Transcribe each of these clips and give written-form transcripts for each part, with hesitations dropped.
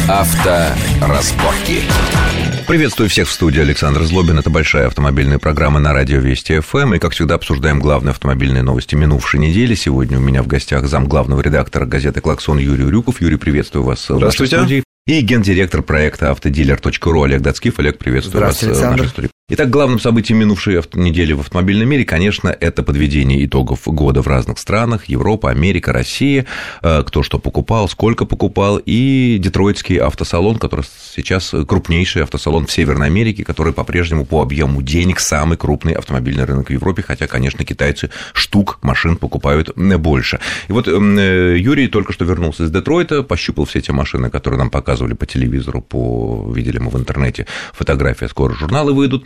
Авторазборки. Приветствую всех в студии. Александр Злобин. Это большая автомобильная программа на радио Вести ФМ. И, как всегда, обсуждаем главные автомобильные новости минувшей недели. Сегодня у меня в гостях замглавного редактора газеты «Клаксон» Юрий Урюков. Юрий, приветствую вас в нашей студии. И гендиректор проекта автодилер.ру Олег Дацкив. Олег, приветствую вас в нашей студии. Итак, главным событием минувшей недели в автомобильном мире, конечно, это подведение итогов года в разных странах: Европа, Америка, Россия, кто что покупал, сколько покупал, и Детройтский автосалон, который сейчас крупнейший автосалон в Северной Америке, который по-прежнему по объему денег самый крупный автомобильный рынок в Европе, хотя, конечно, китайцы штук машин покупают больше. И вот Юрий только что вернулся из Детройта, пощупал все те машины, которые нам показывали по телевизору, видели мы в интернете фотографии, скоро журналы выйдут.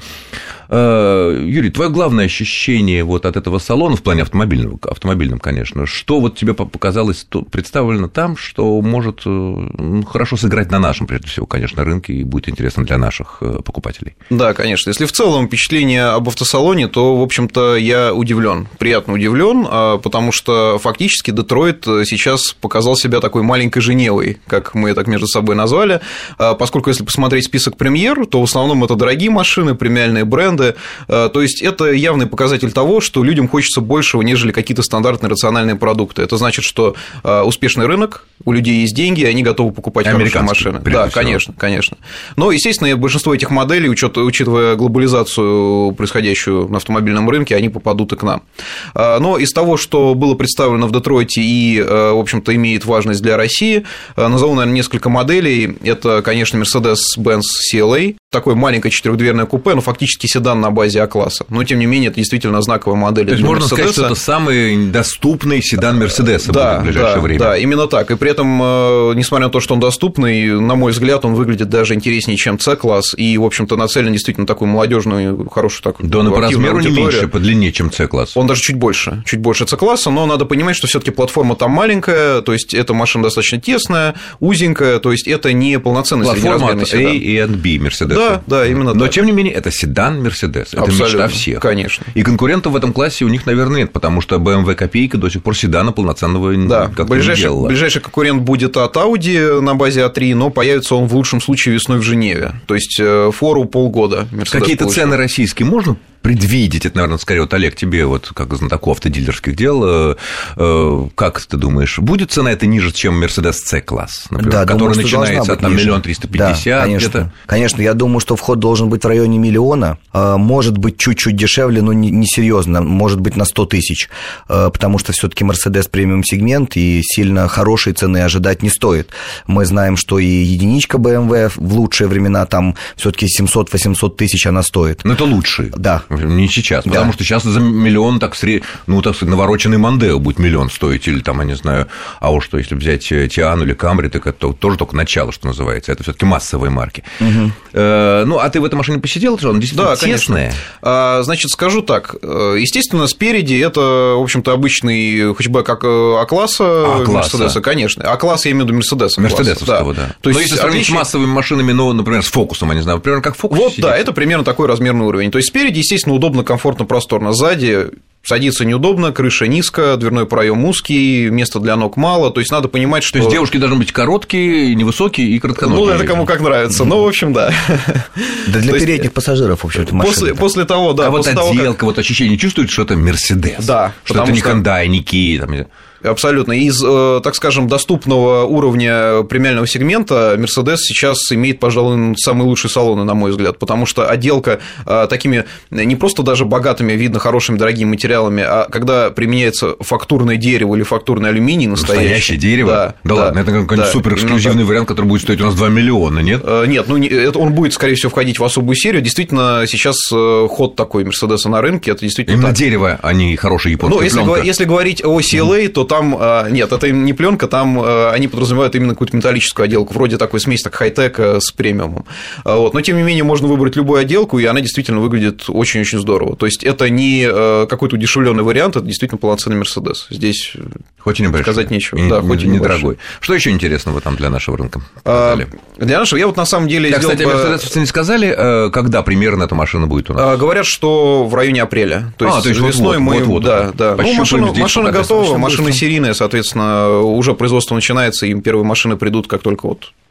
Юрий, твое главное ощущение вот от этого салона, в плане автомобильном, конечно, что вот тебе показалось представлено там, что может хорошо сыграть на нашем, прежде всего, конечно, рынке и будет интересно для наших покупателей? Да, конечно. Если в целом впечатление об автосалоне, то, в общем-то, я удивлен, приятно удивлен, потому что фактически Детройт сейчас показал себя такой маленькой Женевой, как мы так между собой назвали, поскольку если посмотреть список премьер, то в основном это дорогие машины, премиальные бренды, то есть это явный показатель того, что людям хочется большего, нежели какие-то стандартные рациональные продукты. Это значит, что успешный рынок, у людей есть деньги, и они готовы покупать хорошие машины. Да, конечно, конечно. Но, естественно, большинство этих моделей, учитывая глобализацию, происходящую на автомобильном рынке, они попадут и к нам. Но из того, что было представлено в Детройте и, в общем-то, имеет важность для России, назову, наверное, несколько моделей. Это, конечно, Mercedes-Benz CLA, такое маленькое четырехдверное купе, но фактически седан на базе А-класса. Но, тем не менее, это действительно знаковая модель. То есть можно сказать, что это самый доступный седан Мерседеса в ближайшее время. Да, именно так. И при этом, несмотря на то, что он доступный, на мой взгляд, он выглядит даже интереснее, чем С-класс, и, в общем-то, нацелен действительно такую молодежную, хорошую такую. Да, но по размеру не меньше, по длине, чем С-класс. Он даже чуть больше С-класса, но надо понимать, что все-таки платформа там маленькая, то есть эта машина достаточно тесная, узенькая, то есть это не полноценный среднеразмерный седан. Платформа от A и от B Мерседеса. Да, именно так. Но, тем не менее, это седан Мерседес, это мечта всех. Конечно. И конкурентов в этом классе у них, наверное, нет, потому что BMW копейка до сих пор седана полноценного как-то не делала. Ближайший конкурент будет от Audi на базе A3, но появится он в лучшем случае весной в Женеве, то есть фору полгода. Какие-то цены российские можно предвидеть? Это, наверное, скорее вот, Олег, тебе вот как знатоку автодилерских дел, как ты думаешь, будет цена это ниже, чем Mercedes C-класс, например, да, который думаю, начинается от 1 350 000? Да, конечно. Конечно, я думаю, что вход должен быть в районе 1 миллиона, может быть, чуть-чуть дешевле, но не серьезно, может быть, на 100 000, потому что все-таки Mercedes премиум-сегмент, и сильно хорошей цены ожидать не стоит. Мы знаем, что и единичка BMW в лучшие времена там все-таки 700-800 тысяч она стоит. Но это лучшие. Да. Не сейчас, потому что сейчас за миллион, так сказать, навороченный Мондео будет миллион стоить, или там, я не знаю, а уж что, если взять Тиану или Камри, так это тоже только начало, что называется, это все-таки массовые марки. Угу. А ты в этой машине посидел, что она действительно тесная? Значит, скажу так, естественно, спереди это, в общем-то, обычный хэтчбэк А-класса Мерседеса, конечно. А-класс, я имею в виду Мерседеса. Мерседесовского, да. То есть, но если сравнить с массовыми машинами, например, с Фокусом, я не знаю, например, как Фокус. Вот, сидит. да, это примерно такой размерный уровень. То есть, спереди, естественно, удобно, комфортно, просторно. Сзади садиться неудобно, крыша низко, дверной проем узкий, места для ног мало, то есть надо понимать, что... То есть девушки должны быть короткие, невысокие и коротконогие. Ну, это кому как нравится, ну, в общем, да. Да для передних пассажиров, в общем-то, машина. После того, да. А вот отделка, вот ощущение чувствует, что это Мерседес. Да. Что это не Hyundai, не Kia. Абсолютно. Из, так скажем, доступного уровня премиального сегмента Mercedes сейчас имеет, пожалуй, самые лучшие салоны, на мой взгляд, потому что отделка такими не просто даже богатыми, видно, хорошими, дорогими материалами, а когда применяется фактурное дерево или фактурный алюминий настоящее дерево? Да ладно, это какой-нибудь суперэксклюзивный вариант, который будет стоить у нас 2 миллиона, нет? Нет, он будет, скорее всего, входить в особую серию. Действительно, сейчас ход такой Мерседеса на рынке, это действительно именно дерево, а не хорошая японская пленка. Если говорить о CLA, то там, нет, это не пленка, там они подразумевают именно какую-то металлическую отделку, вроде такой смесь, так хай-тека с премиумом. Вот. Но, тем не менее, можно выбрать любую отделку, и она действительно выглядит очень-очень здорово. То есть, это не какой-то удешевленный вариант, это действительно полноценный Мерседес. Здесь хоть и небольшой, сказать нечего. И да, хоть и недорогой. Что еще интересного там для нашего рынка? Для нашего, я вот на самом деле... Кстати, мерседесовцы не сказали, когда примерно эта машина будет у нас? Говорят, что в районе апреля. То есть весной мы... Вот. Да. Ну, машина готова, машина серийная, соответственно, уже производство начинается, им первые машины придут, как только вот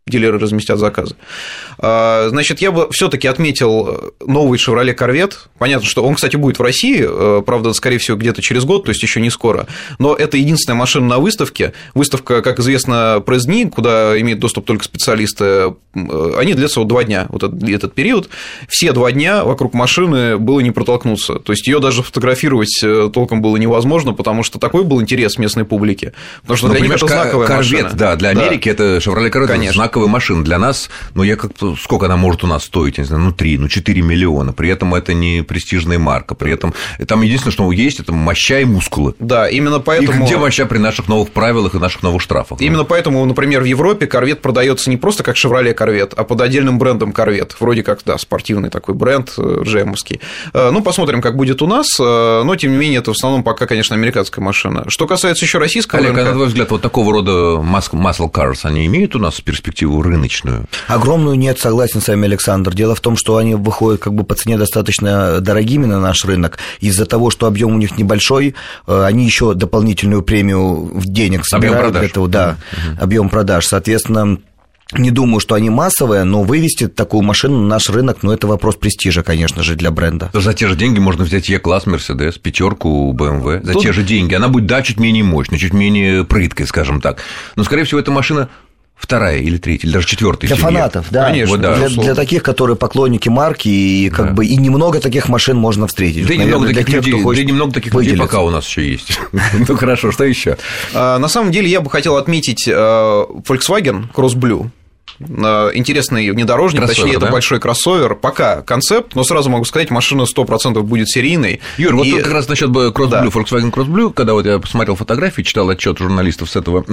дилеры разместят заказы. Значит, я бы все-таки отметил новый Chevrolet Corvette. Понятно, что он, кстати, будет в России, правда, скорее всего, где-то через год, то есть еще не скоро. Но это единственная машина на выставке. Выставка, как известно, пресс-дни, куда имеют доступ только специалисты, они длятся вот 2 дня, вот этот период. Все 2 дня вокруг машины было не протолкнуться. То есть ее даже фотографировать толком было невозможно, потому что такой был интерес местной публики. Потому что для них это знаковая машина. Да, для Америки это Chevrolet Corvette, это знаковая машина. Для нас, я как-то, сколько она может у нас стоить, не знаю, 3, 4 миллиона. При этом это не престижная марка. При этом там единственное, что есть, это моща и мускулы. Да, именно поэтому. И где моща при наших новых правилах и наших новых штрафах? Именно поэтому, например, в Европе Corvette продается не просто как Chevrolet Corvette, а под отдельным брендом Corvette. Вроде как, да, спортивный такой бренд, GM-овский. Посмотрим, как будет у нас, но, тем не менее, это в основном пока, конечно, американская машина. Что касается еще российского рынка. Олег, на твой взгляд, вот такого рода muscle cars, они имеют у нас перспективу рыночную? Огромную нет, согласен с вами, Александр. Дело в том, что они выходят как бы по цене достаточно дорогими на наш рынок. Из-за того, что объем у них небольшой, они еще дополнительную премию в денег собирают для этого, да, объем продаж. Соответственно, не думаю, что они массовые, но вывести такую машину на наш рынок, это вопрос престижа, конечно же, для бренда. За те же деньги можно взять E-класс Mercedes, 5 BMW, за те же деньги. Она будет, да, чуть менее мощной, чуть менее прыткой, скажем так. Но, скорее всего, эта машина 2-я или 3-я, или даже 4-я. Для фанатов, да. Конечно, вот, да. Для таких, которые поклонники марки, и как бы и немного таких машин можно встретить. Да, немного таких людей пока у нас еще есть. Ну хорошо, что еще? На самом деле я бы хотел отметить Volkswagen Cross Blue. Интересный внедорожник, кроссовер, точнее, да? это большой кроссовер. Пока концепт, но сразу могу сказать, машина 100% будет серийной. Юр, вот тут как раз насчет Cross Blue, Volkswagen Cross Blue, когда вот я посмотрел фотографии, читал отчет журналистов с этой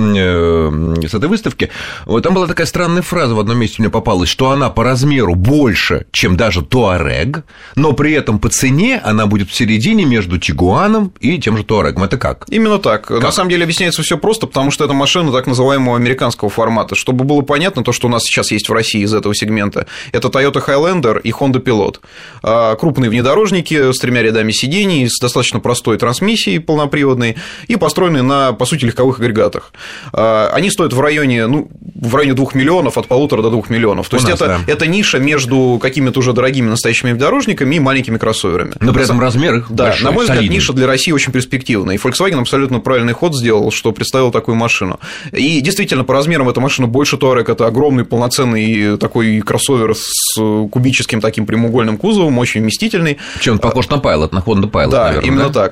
выставки, вот там была такая странная фраза в одном месте мне попалась, что она по размеру больше, чем даже Touareg, но при этом по цене она будет в середине между Тигуаном и тем же Touareg. Это как? Именно так. Как? На самом деле объясняется все просто, потому что это машина так называемого американского формата. Чтобы было понятно, то, что у нас сейчас есть в России из этого сегмента, это Toyota Highlander и Honda Pilot. Крупные внедорожники с 3 рядами сидений, с достаточно простой трансмиссией полноприводной и построенные на, по сути, легковых агрегатах. Они стоят в районе 2 миллионов, от 1,5 до 2 миллионов. То есть это ниша между какими-то уже дорогими настоящими внедорожниками и маленькими кроссоверами. Но при этом размер их большой, на мой взгляд, солидный. ниша для России очень перспективная. И Volkswagen абсолютно правильный ход сделал, что представил такую машину. И действительно, по размерам эта машина больше Touareg, это огромный полноценный такой кроссовер с кубическим таким прямоугольным кузовом, очень вместительный. Чем он похож на Pilot, на Honda Pilot, да, наверное. Именно так.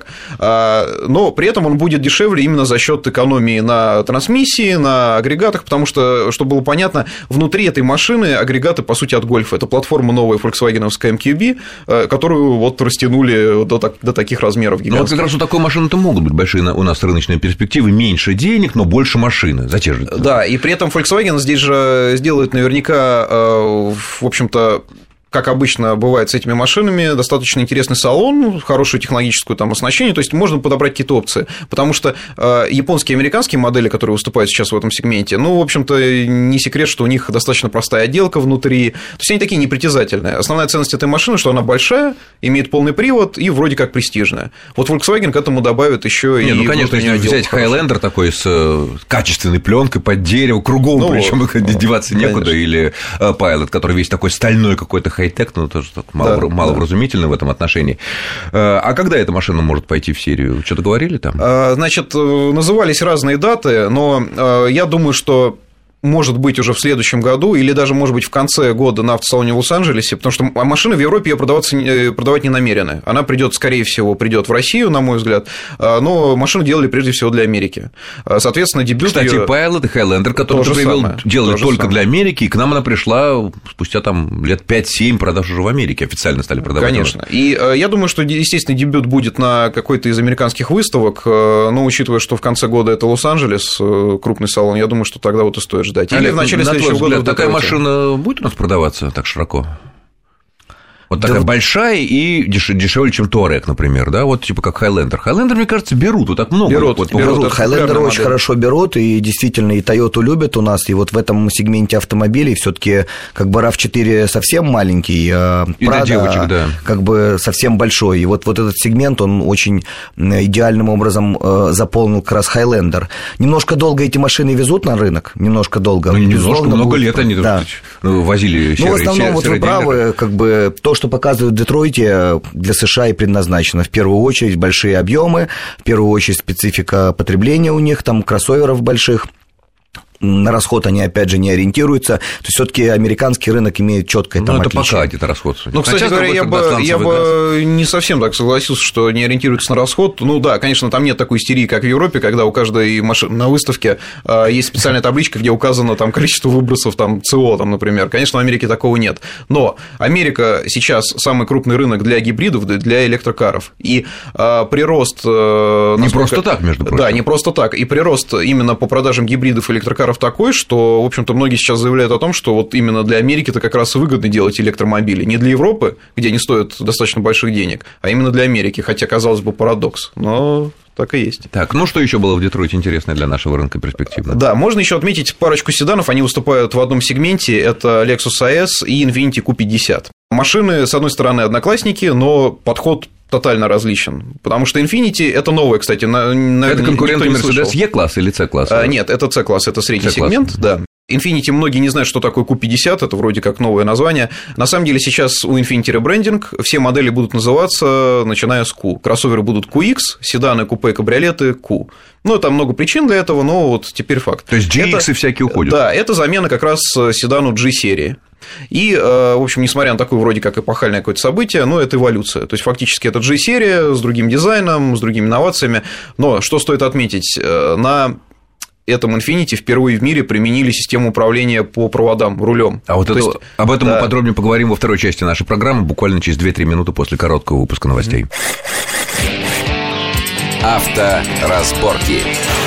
Но при этом он будет дешевле именно за счет экономии на трансмиссии, на агрегатах, потому что, чтобы было понятно, внутри этой машины агрегаты, по сути, от Golf. Это платформа новая Volkswagen-овская MQB, которую вот растянули до таких размеров гигантских. Ну, вот как раз у такой машины-то могут быть большие у нас рыночные перспективы, меньше денег, но больше машины. За те же. Да, и при этом Volkswagen здесь же сделает наверняка, в общем-то, как обычно бывает с этими машинами, достаточно интересный салон, хорошую технологическую там оснащение, то есть можно подобрать какие-то опции, потому что японские и американские модели, которые выступают сейчас в этом сегменте, в общем-то, не секрет, что у них достаточно простая отделка внутри, то есть они такие непритязательные. Основная ценность этой машины, что она большая, имеет полный привод и вроде как престижная. Вот Volkswagen к этому добавит еще и... конечно, если взять Highlander такой с качественной пленкой под дерево, кругом, причем деваться некуда, или Pilot, который весь такой стальной какой-то хай-тек, тоже маловразумительно в этом отношении. А когда эта машина может пойти в серию? Что-то говорили там? Значит, назывались разные даты, но я думаю, что может быть, уже в следующем году, или даже, может быть, в конце года на автосалоне в Лос-Анджелесе, потому что машина в Европе ее продавать не намерены. Она придет, скорее всего, в Россию, на мой взгляд, но машину делали прежде всего для Америки. Соответственно, дебют. Кстати, Pilot и Highlander, которые делали только для Америки, и к нам она пришла спустя там лет 5-7, продаж уже в Америке, официально стали продавать. Конечно. И я думаю, что, естественно, дебют будет на какой-то из американских выставок, но учитывая, что в конце года это Лос-Анджелес, крупный салон, я думаю, что тогда вот и стоит ждать. Или в начале следующего года. Такая машина будет у нас продаваться так широко? Вот такая большая и дешевле, чем Touareg, например, да, вот типа как Highlander. Highlander, мне кажется, берут, вот так много. Берут. Highlander очень хорошо берут, и действительно и Toyota любят у нас, и вот в этом сегменте автомобилей все-таки как бы RAV4 совсем маленький, а Prado девочек, да, как бы совсем большой, и вот этот сегмент, он очень идеальным образом заполнил как раз Highlander. Немножко долго эти машины везут на рынок, немножко долго. Ну, немножко, много лет они возили серые. Ну, в основном, вот вы правы, как бы то, что показывают в Детройте, для США и предназначено. В первую очередь большие объемы, в первую очередь специфика потребления у них, там кроссоверов больших. На расход они, опять же, не ориентируются. То есть, все-таки американский рынок имеет четкое там отличие. Ну, это пока где-то расход. Ну, кстати говоря, я бы не совсем так согласился, что не ориентируются на расход. Ну, да, конечно, там нет такой истерии, как в Европе, когда у каждой машины на выставке есть специальная табличка, где указано там количество выбросов, там, СО, там, например. Конечно, в Америке такого нет. Но Америка сейчас самый крупный рынок для гибридов, для электрокаров. И прирост... Не просто так, между прочим. Да, не просто так. И прирост именно по продажам гибридов и электрокаров такой, что, в общем-то, многие сейчас заявляют о том, что вот именно для Америки это как раз и выгодно делать электромобили. Не для Европы, где они стоят достаточно больших денег, а именно для Америки, хотя, казалось бы, парадокс, но так и есть. Так, ну что еще было в Детройте интересное для нашего рынка перспективно? Да, можно еще отметить парочку седанов, они выступают в одном сегменте, это Lexus IS и Infiniti Q50. Машины, с одной стороны, одноклассники, но подход тотально различен, потому что Infiniti – это новое, кстати, наверное, это конкуренты Mercedes E-класс или C-класс? Нет, это C-класс, это средний сегмент, да. Infiniti многие не знают, что такое Q50, это вроде как новое название. На самом деле сейчас у Infiniti ребрендинг, все модели будут называться, начиная с Q. Кроссоверы будут QX, седаны, купе, кабриолеты Q. Ну, там много причин для этого, но вот теперь факт. То есть GX и всякие уходят? Да, это замена как раз седану G-серии. И, в общем, несмотря на такое вроде как эпохальное какое-то событие, но это эволюция. То есть, фактически, это G-серия с другим дизайном, с другими инновациями. Но что стоит отметить, на этом Infiniti впервые в мире применили систему управления по проводам, рулем. А вот это, об этом мы подробнее поговорим во второй части нашей программы, буквально через 2-3 минуты после короткого выпуска новостей. Авторазборки.